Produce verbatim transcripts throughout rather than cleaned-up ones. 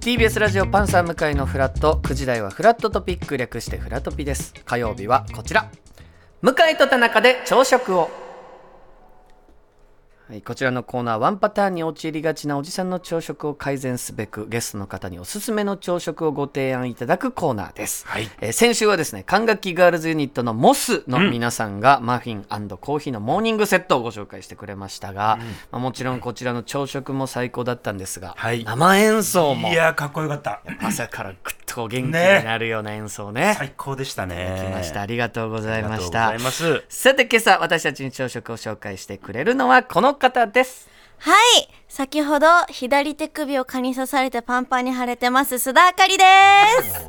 ティービーエス ラジオパンサー向井のフラット、くじ台はフラットトピック、略してフラトピです。火曜日はこちら、向井と田中で朝食を。はい、こちらのコーナー、ワンパターンに陥りがちなおじさんの朝食を改善すべく、ゲストの方におすすめの朝食をご提案いただくコーナーです。はい、えー、先週はですね、管楽器ガールズユニットのモスの皆さんが、うん、マフィン&コーヒーのモーニングセットをご紹介してくれましたが、うん、まあ、もちろんこちらの朝食も最高だったんですが、はい、生演奏も、 いやかっこよかった。 朝からぐっと元気になるような演奏 ね, ね最高でしたね。 来ました。ありがとうございました。 ありがとうございます。 さて今朝私たちに朝食を紹介してくれるのはこの方です。 はい、先ほど左手首を蚊に刺されてパンパンに腫れてます須田あかりです。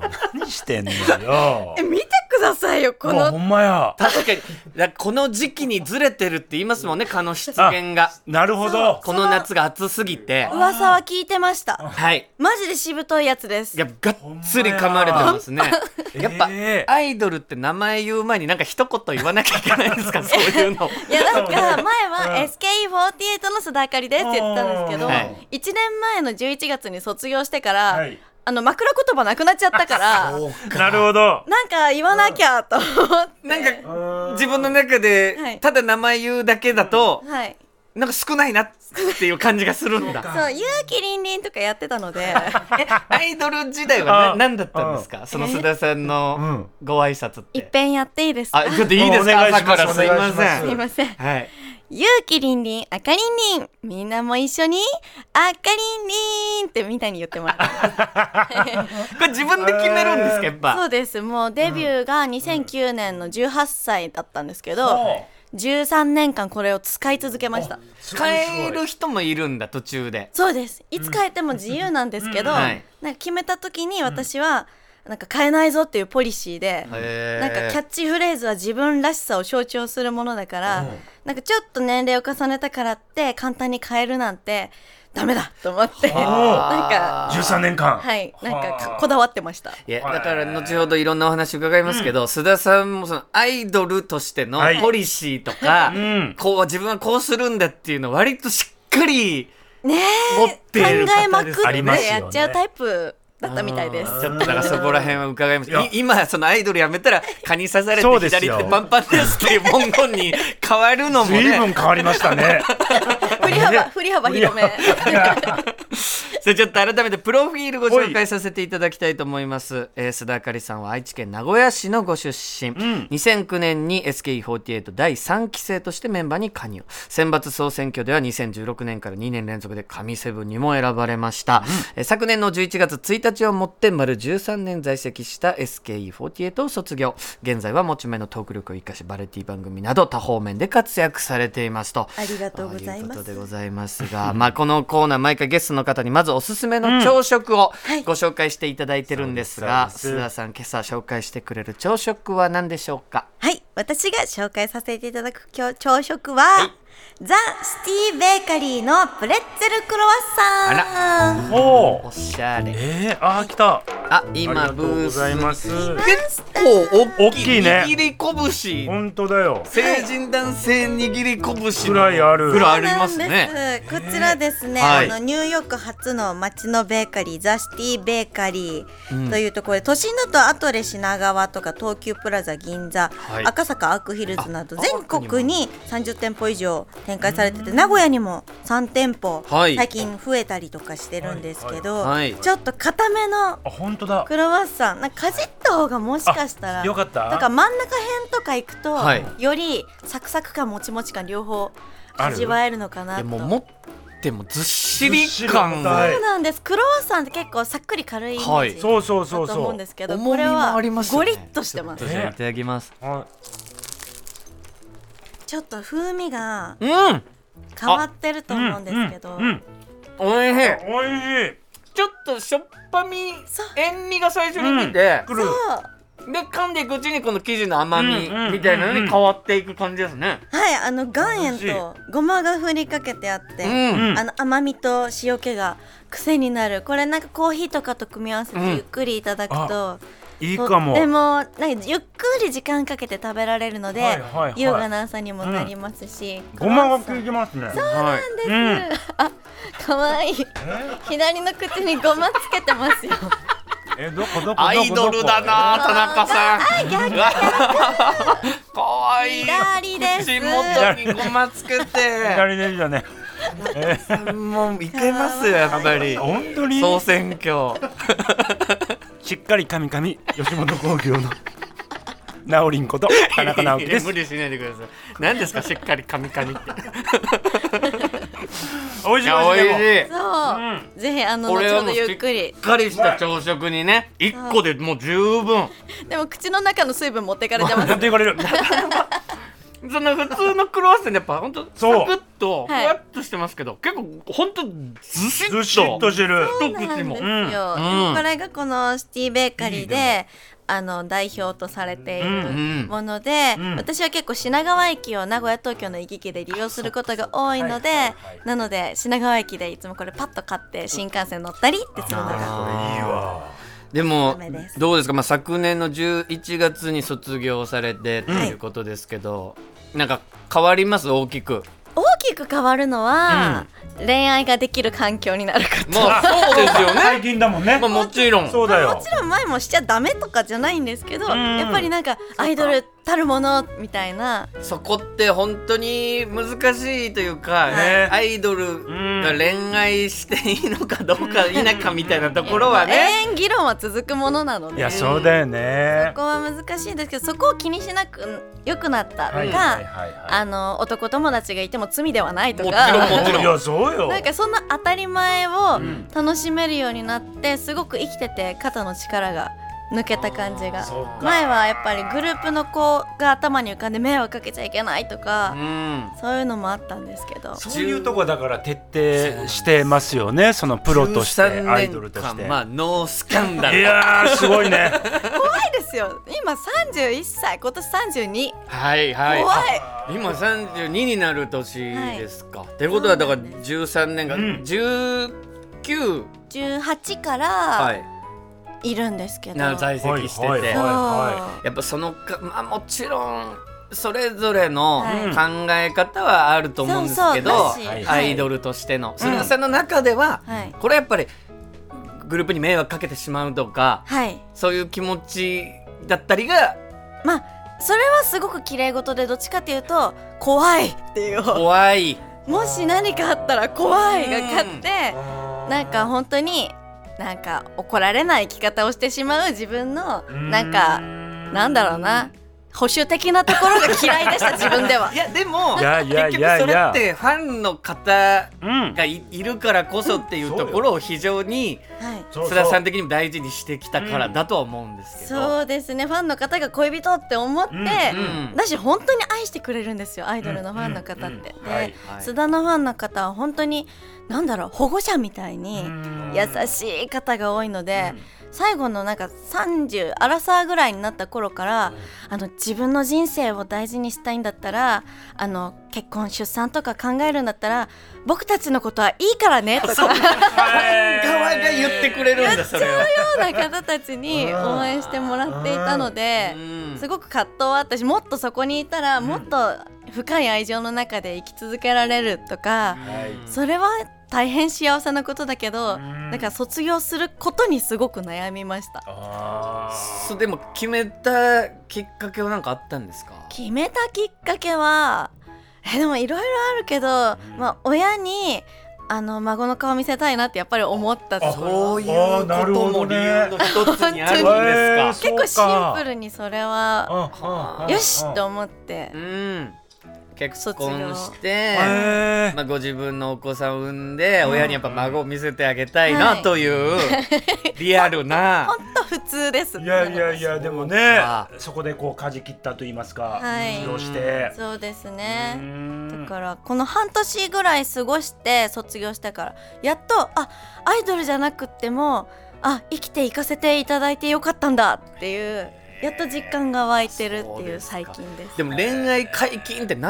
何してんのよ。 え、見てくださいよ、この。 ほんまや。 確かにだこの時期にずれてるって言いますもんね、蚊の出現が。 なるほど。 この夏が暑すぎて噂は聞いてました。 はい、 マジでしぶといやつです。 いや、がっつり噛まれてますね。やっぱ、えー、アイドルって名前言う前になんか一言言わなきゃいけないんですかそういうの。 いや、なんか前は エスケーイーフォーティーエイト の須田あかりですって言ってたんですけど、はい、いちねんまえのじゅういちがつに卒業してから、はい、あの枕言葉なくなっちゃったからなるほど、 なんか言わなきゃと思って、 なんか自分の中でただ名前言うだけだと、はい、なんか少ないなっていう感じがするんだ。 そう、ゆうきりんりんとかやってたのでアイドル時代は何だったんですか、その須田さんのご挨拶って。 いっぺんやっていいですか。 あ、ちょっといいですか。朝からすいません。 すいません。 はい。 ゆうきりんりん、あかりんりん、みんなも一緒にあかりんりんってみんなに言ってもらってこれ自分で決めるんですか、やっぱ。 そうです。もうデビューがにせんきゅうねんのじゅうはっさいだったんですけど、うん、じゅうさんねんかんこれを使い続けました。 変える人もいるんだ、途中で。 そうです。いつ変えても自由なんですけど、うんうん、はい、なんか決めた時に私は、なんか変えないぞっていうポリシーで、なんかキャッチフレーズは自分らしさを象徴するものだから、うん、なんかちょっと年齢を重ねたからって簡単に変えるなんてダメだと思って、なんかじゅうさんねんかん、 はい、なんかこだわってました。 いや、だから後ほどいろんなお話伺いますけど、うん、須田さんもそのアイドルとしてのポリシーとか、はい、うん、こう自分はこうするんだっていうのを割としっかり持っている方です。 考えまくってやっちゃうタイプだったみたいです。 ちょっとだからそこら辺は伺います。今そのアイドルやめたら蚊に刺されて左手パンパンですっていう文言に変わるのもね、 随分変わりましたね。 振り幅振り幅広め。 それちょっと改めてプロフィールご紹介させていただきたいと思います。えー、須田あかりさんは愛知県名古屋市のご出身、うん、にせんきゅうねんに エスケーイーフォーティーエイト だいさんき生としてメンバーに加入。選抜総選挙ではにせんじゅうろくねんからにねん連続で神セブンにも選ばれました、うん、えー、昨年のじゅういちがつついたちをもって丸じゅうさんねん在籍した エスケーイーフォーティーエイト を卒業。現在は持ち前のトーク力を生かしバラエティ番組など多方面で活躍されていますと。 ありがとうございます。ということでございますがまあこのコーナー毎回ゲストの方にまずおすすめの朝食をご紹介していただいてるんですが、うん、はい、須田さん今朝紹介してくれる朝食は何でしょうか。 はい、私が紹介させていただく今日朝食は、はい、ザ・シティベーカリーのプレッツェルクロワッサン。 あら、おおしゃれ。 えー、あー来た。 あ、今ブース結構大きいね。握り拳。 本当だよ。 成人男性握り拳ぐらいある。 ぐらいありますね。 こちらですね、はい、あのニューヨーク初の街のベーカリーザ・シティベーカリーというところで、うん、都心だとアトレ品川とか東急プラザ銀座、はい、赤坂アークヒルズなど全国にさんじゅってんぽ以上展開されてて、名古屋にもさんてんぽ、はい、最近増えたりとかしてるんですけど、はいはい、ちょっと固めのクロワッサン、なんかかじった方がもしかしたらよかった。 だから真ん中辺とか行くと、はい、よりサクサク感もちもち感両方味わえるのかなと。 もう持ってもずっしり感。 そうなんです。クロワッサンって結構さっくり軽いイメージだと思うんですけど、これはゴリッとしてます。 いただきます。 ちょっと風味が変わってると思うんですけど、 うんうんうん、おいしい。おいしい。ちょっとしょっぱみ、塩味が最初に来て、うん、そうで噛んでいくうちにこの生地の甘みみたいなのに変わっていく感じですね。 うんうんうん、はい、あの岩塩とごまが振りかけてあって、うん、あの甘みと塩気が癖になる。これなんかコーヒーとかと組み合わせてゆっくりいただくと、 うん、いいかも。 でもなんかゆっくり時間かけて食べられるので、はいはいはい、優雅な朝にもなりますし、 うん、ごまが効いてますね。 そうなんです、はい、うん、あかわいい。左の口にごまつけてますよ。 えどこどこどこアイドルだな田中さん。かわいい。 左です。 口元にごまつけて。 左でいいじゃね。 もういけますよやっぱり。 本当に総選挙。 しっかり神々吉本興業のなおりんこと田中直樹です。 無理しないでください。何ですかしっかり神々って。 美味しいいや美味しい。 そう、ぜひあの後これはほどゆもうしっっくり。 かりした朝食にねいっこでもう十分。 でも口の中の水分持ってかれてます持っていかれる。 その普通のクロワッサンやっぱ本当サそうクッとふはいわっとしてますけど、結構本当ずしっとずしっとしてる。 そうなんですよ、 うんでもこれがこのシティベーカリーであの代表とされていうんるもので、 ん私は結構品川駅を名古屋東京の行き来で利用することが多いので、なので品川駅でいつもこれパッと買って新幹線乗ったりってするのがこれいいわ。 でもダメですどうですか、まあ、昨年のじゅういちがつに卒業されてということですけど、なんか変わります大きく。 大きく変わるのは、恋愛ができる環境になること。 まあそうですよ最ね。 近だもんね。 まあもちろん。 そうだよ。 もちろん前もしちゃダメとかじゃないんですけど、 んやっぱりなんかアイドルたるものみたいな。 そこって本当に難しいというか、 ねアイドルが恋愛していいのかどうか否かみたいなところはね。 永遠議論は続くものなので、 いやそうだよねそ。こは難しいんですけど、そこを気にしなく良くなったのが、 はいはいはいはいあの男友達がいても罪ではないともちろんか。 もちろんいやそうよ。 なんかそんな当たり前を楽しめるようになってすごく生きてて肩の力が抜けた感じが。 そうか前はやっぱりグループの子が頭に浮かんで迷惑かけちゃいけないとか、 うんそういうのもあったんですけど、 そういうとこだから徹底してますよね。そのプロとしてアイドルとして。 まあノースキャンダいル。 やーすごいね。 怖いですよ。今さんじゅういっさい、今年さんじゅうに。 はいはい。 怖い。 あ今さんじゅうにになる年ですか。ってことはだからじゅうさんねんがうんじゅうきゅう、 じゅうはちかはいいるんですけど、 な在籍してて、 はいはいそうはやっぱそのか、まあ、もちろんそれぞれのはい考え方はあると思うんですけど、 そうそうだしアイドルとしての菅さんの中では、 はいこれやっぱりグループに迷惑かけてしまうとかはい、 そういう気持ちだったりがまあそれはすごく綺麗事で、どっちかっていうと怖いっていう、 怖い。 もし何かあったら怖いが勝って、なんか本当になんか怒られない生き方をしてしまう自分のなんかなんだろうな、保守的なところが嫌いでした自分では。 いやでもいやいや結いやいや局それってファンの方うんが い, いるからこそっていうところを非常にはい、 そうそう須田さん的にも大事にしてきたからだとは思うんですけど、 そうですね、ファンの方が恋人って思って、 うんうんだし本当に愛してくれるんですよ、アイドルのファンの方って。 うんうんで、 はいはい須田のファンの方は本当になんだろう、保護者みたいにうん優しい方が多いので、最後のなんかさんじゅうアラサーぐらいになった頃から、あの自分の人生を大事にしたいんだったら、あの結婚出産とか考えるんだったら僕たちのことはいいからねとか側が言ってくれるんだそれは。 ような方たちに応援してもらっていたので、 うんすごく葛藤はあったし、もっとそこにいたらもっと深い愛情の中で生き続けられるとか、それは大変幸せなことだけど、 んだから卒業することにすごく悩みました。 あそうでも決めたきっかけは何かあったんですか？ 決めたきっかけはえでもいろいろあるけど、まあ、親にあの孫の顔見せたいなってやっぱり思ったところ、 そういうことも理由の一つにあるんですか？ 結構シンプルにそれはあよしと思ってうん結婚して、 へーまあ、ご自分のお子さんを産んで、親にやっぱ孫を見せてあげたいなというリアルな、 ほんと普通です。 いやいやいやでもねあそこでこう舵切ったと言いますかはい卒業してそうですうね。 んだからこの半年ぐらい過ごして卒業してからやっとあアイドルじゃなくってもあ生きていかせていただいてよかったんだっていうやっと実感が湧いてるっていう最近です。 でも恋愛解禁ってなっ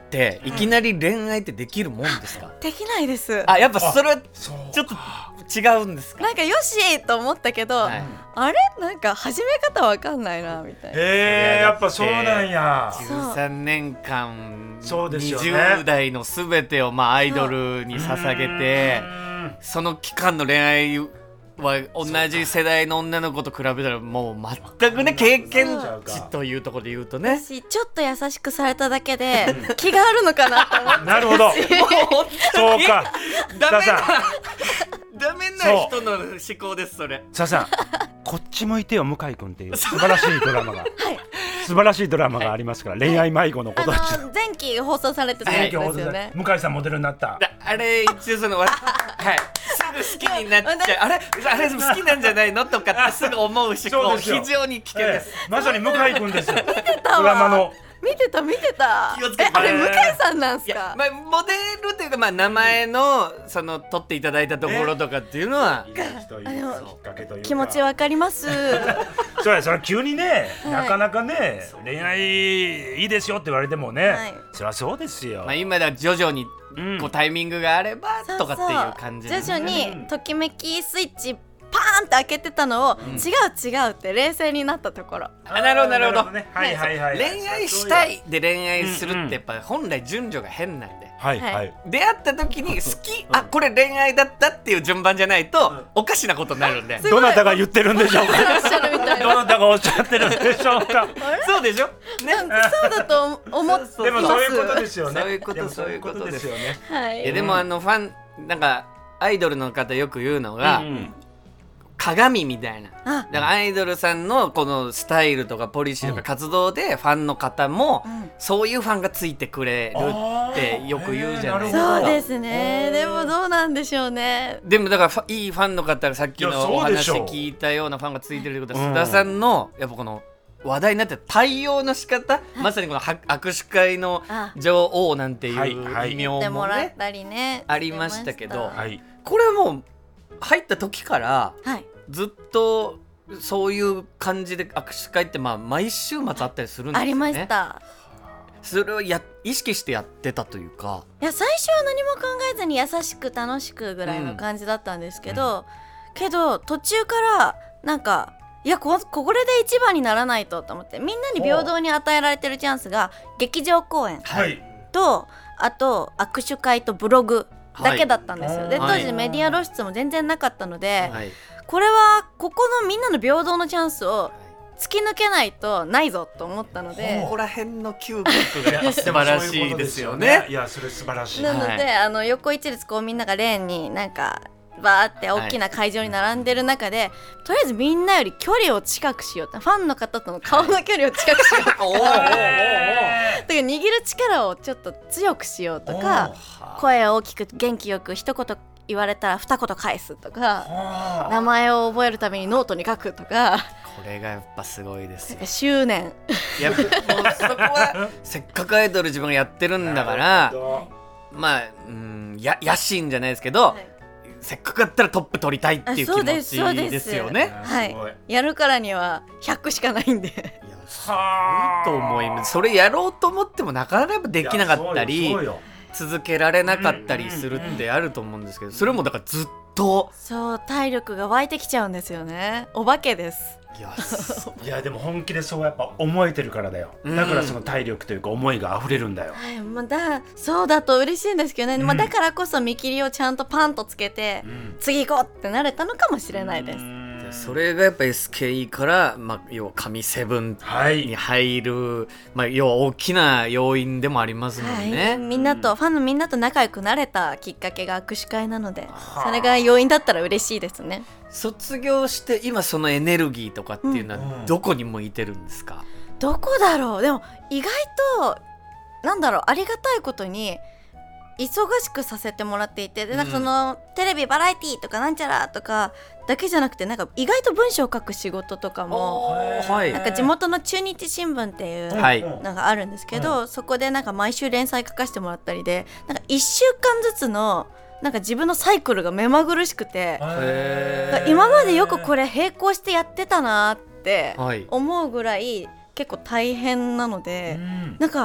っていきなり恋愛ってできるもんですか？ できないです。 あ、やっぱそれはちょっと違うんですか？ なんかよしと思ったけど、はい、あれなんか始め方わかんないなみたいな。 へえ、やっぱそうなんや。 じゅうさんねんかんそうですよね、 にじゅう代のすべてをまあアイドルに捧げて、その期間の恋愛は同じ世代の女の子と比べたらもう全くね経験値というところで言うとね、 私ちょっと優しくされただけで気があるのかなと思ってなるほどそうかダメなダメな人の思考ですそれ。 さあさんこっち向いてよ向井くんっていう素晴らしいドラマが、はい、素晴らしいドラマがありますから、はい、恋愛迷子のこと、 あの前期放送されてたやつですよね。 向井さんモデルになったあれ一応そのはいすぐ好きになっちゃうあれあれ好きなんじゃないのとかってすぐ思う思考非常に危険です、 ええ、まさに向井くんですよ見てたわドラマの見てた見てた気をつけて、 えあれ向井さんなんすか？ まあ、モデルというか、まあ、名前のその取っていただいたところとかっていうのは、 気持ちわかりますそうや、それ急にね、はい、なかなかね恋愛いいですよって言われてもね、はい、そりゃそうですよ、 まあ、今だ徐々にこうタイミングがあればとかっていう感じで、 そうそう徐々にときめきスイッチパーンって開けてたのを、うん、違う違うって冷静になったところ、 あ、なるほどなるほど、 はいはいはい、 恋愛したいで恋愛するってやっぱ本来順序が変なんで、 はいはい、 出会った時に好き、あ、これ恋愛だったっていう順番じゃないとおかしなことになるんで、 どなたが言ってるんでしょうかどなたがおっしゃってるんでしょうかそうでしょ、ね、 そうだと思ってます。 でもそういうことですよね。 そういうことそういうことですよね、 はい、 いやでもあのファンなんかアイドルの方よく言うのが、うんうん、鏡みたいな、だからアイドルさんのこのスタイルとかポリシーとか活動でファンの方もそういうファンがついてくれるってよく言うじゃないですか。 そうですね。でもどうなんでしょうね。 でもだからいいファンの方がさっきのお話聞いたようなファンがついてるってことは、須田さんのやっぱこの話題になって対応の仕方、はい、まさにこの握手会の女王なんていう異名もね、 はいはいね、 ありましたけど、はい、これはもう入った時から、はい、ずっとそういう感じで握手会ってまあ毎週末あったりするんですよね。 ありました。 それをや意識してやってたというか、 いや最初は何も考えずに優しく楽しくぐらいの感じだったんですけど、うん、けど途中からなんかいや こ, これで一番にならないとと思って、みんなに平等に与えられてるチャンスが劇場公演と、はい、あと握手会とブログだけだったんですよ、はい、で当時メディア露出も全然なかったので、はい、これはここのみんなの平等のチャンスを突き抜けないとないぞと思ったので、 ここら辺の嗅覚が素晴らしいですよね。 いやそれ素晴らしい。 なので、はい、あの横一列こうみんながレーンになんかバーって大きな会場に並んでる中で、はい、とりあえずみんなより距離を近くしようって、ファンの方との顔の距離を近くしようとか、だから握る力をちょっと強くしようとか、声を大きく元気よく一言言われたら二言返すとか、名前を覚えるためにノートに書くとか、 これがやっぱすごいですよ。 執念。 いやもうそこはせっかくアイドル自分がやってるんだからまあ、うん、や野心じゃないですけど、はい、せっかくやったらトップ取りたいっていう気持ちですよね。 はい、やるからにはひゃくしかないんで。いやすごいと思います。それやろうと思ってもなかなかやっぱできなかったり続けられなかったりするってあると思うんですけど、それもだからずっとそう体力が湧いてきちゃうんですよね。お化けです。 いや, いやでも本気でそうやっぱ思えてるからだよ。だからその体力というか思いが溢れるんだよ、 はい、まあ、だそうだと嬉しいんですけどね、うん、まあ、だからこそ見切りをちゃんとパンとつけて、うん、次行こうってなれたのかもしれないです。 それがやっぱ エスケーイー から、まあ、要は神セブンに入る、はい、まあ、要は大きな要因でもありますのでね、 はい、みんなとファンのみんなと仲良くなれたきっかけが握手会なので、それが要因だったら嬉しいですね。 卒業して今そのエネルギーとかっていうのはどこに向いてるんですか？ うん、どこだろう。でも意外となんだろう、ありがたいことに忙しくさせてもらっていて、でなんかその、うん、テレビバラエティとかなんちゃらとかだけじゃなくて、なんか意外と文章を書く仕事とかも、なんか地元の中日新聞っていうのがあるんですけど、はい、そこでなんか毎週連載書かせてもらったりで、なんかいっしゅうかんずつのなんか自分のサイクルが目まぐるしくて、今までよくこれ並行してやってたなって思うぐらい結構大変なので、うん、なんか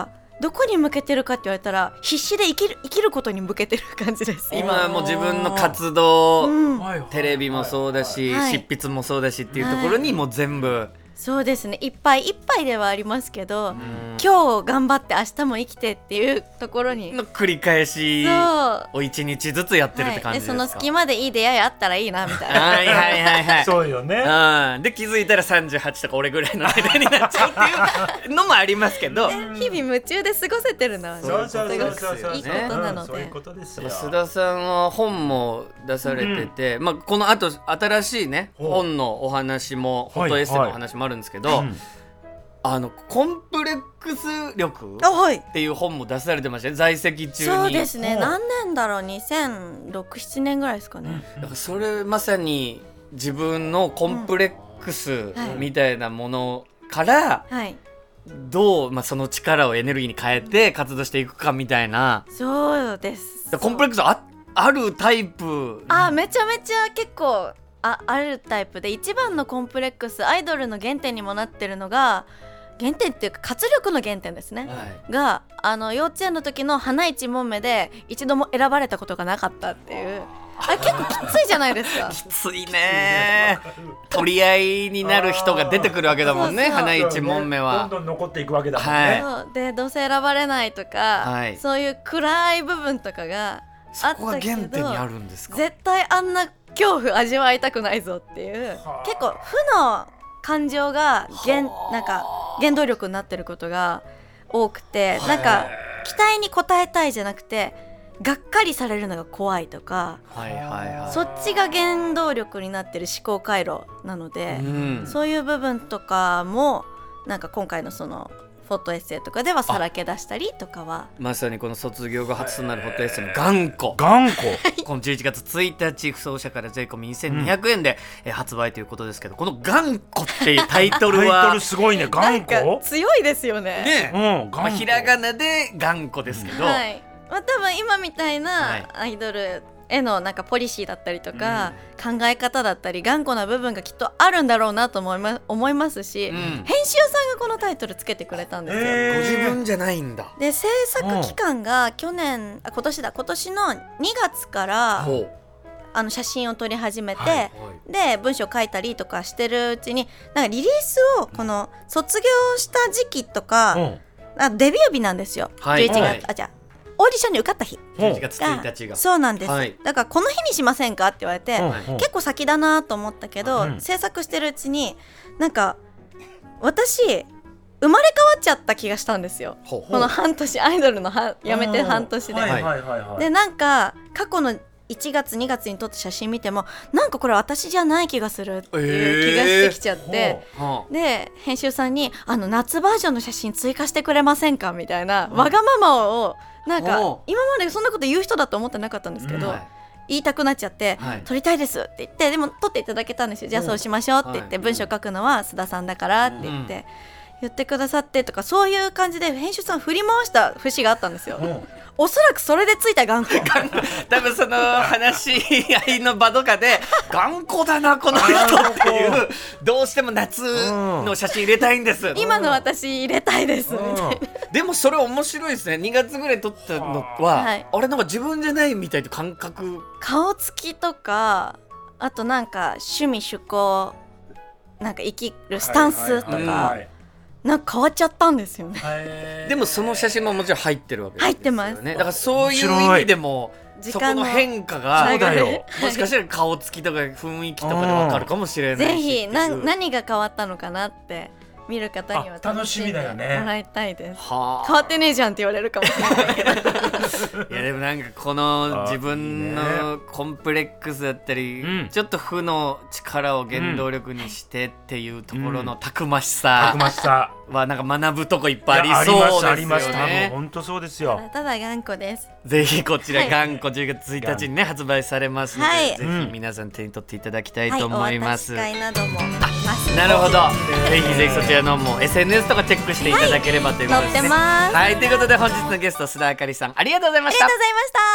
どこに向けてるかって言われたら必死で生きる生きることに向けてる感じです。 今はもう自分の活動、 うん、 テレビもそうだし、 はい、 執筆もそうだしっていうところにもう全部、はい、 そうですね、いっぱいいっぱいではありますけど、今日頑張って明日も生きてっていうところにの繰り返しを一日ずつやってるって感じですか、 はい、でその隙間でいい出会いあったらいいなみたいなはいはいはいはいそうよね、 うん、で気づいたらさんじゅうはちとか俺ぐらいの年齢になっちゃうっていうのもありますけど日々夢中で過ごせてるのは、ね、 そうそうそうそうすごくいいことなので、 そういうことですよ。 須田さんは本も出されてて、うんまあ、このあと新しいね本のお話もフォトエッセイのお話もあるんですけど、はいはいうんあのコンプレックス力っていう本も出されてましたね、在籍中に。 そうですね、何年だろう、にせんろく、ななねんぐらいですかね、 だからそれまさに自分のコンプレックスみたいなものからどう、まあ、その力をエネルギーに変えて活動していくかみたいな。 そうです。 コンプレックス あ, あるタイプあめちゃめちゃ結構 あ, あるタイプで、一番のコンプレックス、アイドルの原点にもなってるのが、原点っていうか活力の原点ですね、はい、があの幼稚園の時の花一問目で一度も選ばれたことがなかったっていう。あれ結構きついじゃないですかきついね取り合いになる人が出てくるわけだもんね。花一問目はどんどん残っていくわけだもんね、 はい、でどうせ選ばれないとか、はい、そういう暗い部分とかがあったけど、そこが原点にあるんですか。 絶対あんな恐怖味わいたくないぞっていう、結構負の感情が原なんか原動力になってることが多くて、なんか期待に応えたいじゃなくてがっかりされるのが怖いとか、はいはいはい、そっちが原動力になってる思考回路なので、うん、そういう部分とかもなんか今回のそのフォトエッセイとかではさらけ出したりとかは、 まさにこの卒業後初となるフォトエッセイの頑固頑固このじゅういちがつついたち不走者から税込みにせんにひゃくえんで、うん、え発売ということですけど、この頑固っていうタイトルはタイトルすごいね。頑固なんか強いですよね。 ね、うんまあ、ひらがなで頑固ですけど、 うんはいまあ、多分今みたいなアイドルへのなんかポリシーだったりとか、うん、考え方だったり頑固な部分がきっとあるんだろうなと思いま、思いますし、うん、編集さんがこのタイトルつけてくれたんですよ、 えー、ご自分じゃないんだ。 で制作期間が去年あ今年だ今年のにがつからあの写真を撮り始めて、はいはい、で文章書いたりとかしてるうちになんかリリースをこの卒業した時期とか、うん、あデビュー日なんですよ、はい、じゅういちがつ、はい、あじゃあオーディションに受かった日じゅういちがつついたちがそうなんです、 はい、 だからこの日にしませんかって言われて、 うん、 結構先だなと思ったけど、うん、制作してるうちになんか私生まれ変わっちゃった気がしたんですよ。この半年アイドルのはやめて半年で、 はいはいはいはい、でなんか過去のいちがつにがつに撮った写真見てもなんかこれ私じゃない気がするっていう気がしてきちゃって、えー、で編集さんにあの夏バージョンの写真追加してくれませんかみたいな、うん、わがままをなんか今までそんなこと言う人だと思ってなかったんですけど、うんはい、言いたくなっちゃって、はい、撮りたいですって言ってでも撮っていただけたんですよ。じゃあそうしましょうって言って、はい、文章書くのは須田さんだからって言って、うん、言ってくださってとかそういう感じで編集さん振り回した節があったんですよ、うん、おそらくそれでついた頑固多分その話し合いの場とかで頑固だなこの人っていうどうしても夏の写真入れたいんです、 うん、今の私入れたいですみたいな、うん、 でもそれ面白いですね。にがつぐらい撮ったのは、はい、あれなんか自分じゃないみたいな感覚、 顔つきとかあとなんか趣味趣向なんか生きるスタンスとか、はいはいはい、なんか変わっちゃったんですよね。 でもその写真ももちろん入ってるわけですよね。 入ってます。 だからそういう意味でもそこの変化がそうだよもしかしたら顔つきとか雰囲気とかで分かるかもしれないし、 ぜひな何が変わったのかなって見る方には楽しみだよねもらいたいです。は変わってねえじゃんって言われるかもしれないけどいやでもなんかこの自分のコンプレックスだったり、うん、ちょっと負の力を原動力にしてっていうところのたくましさ、 たくましさはなんか学ぶとこいっぱいありそうですよね。 ありましたありました。本当そうですよ。 ただ頑固です。 ぜひこちら頑固じゅうがつついたちにね発売されますので、はい、ぜひ皆さん手に取っていただきたいと思います、 はい、お渡し会などもありますなるほど、ぜひぜひそちらのもう エスエヌエス とかチェックしていただければということですね。 はい、載ってます。 はい、ということで本日のゲスト須田あかりさんありがとうございました。 ありがとうございました。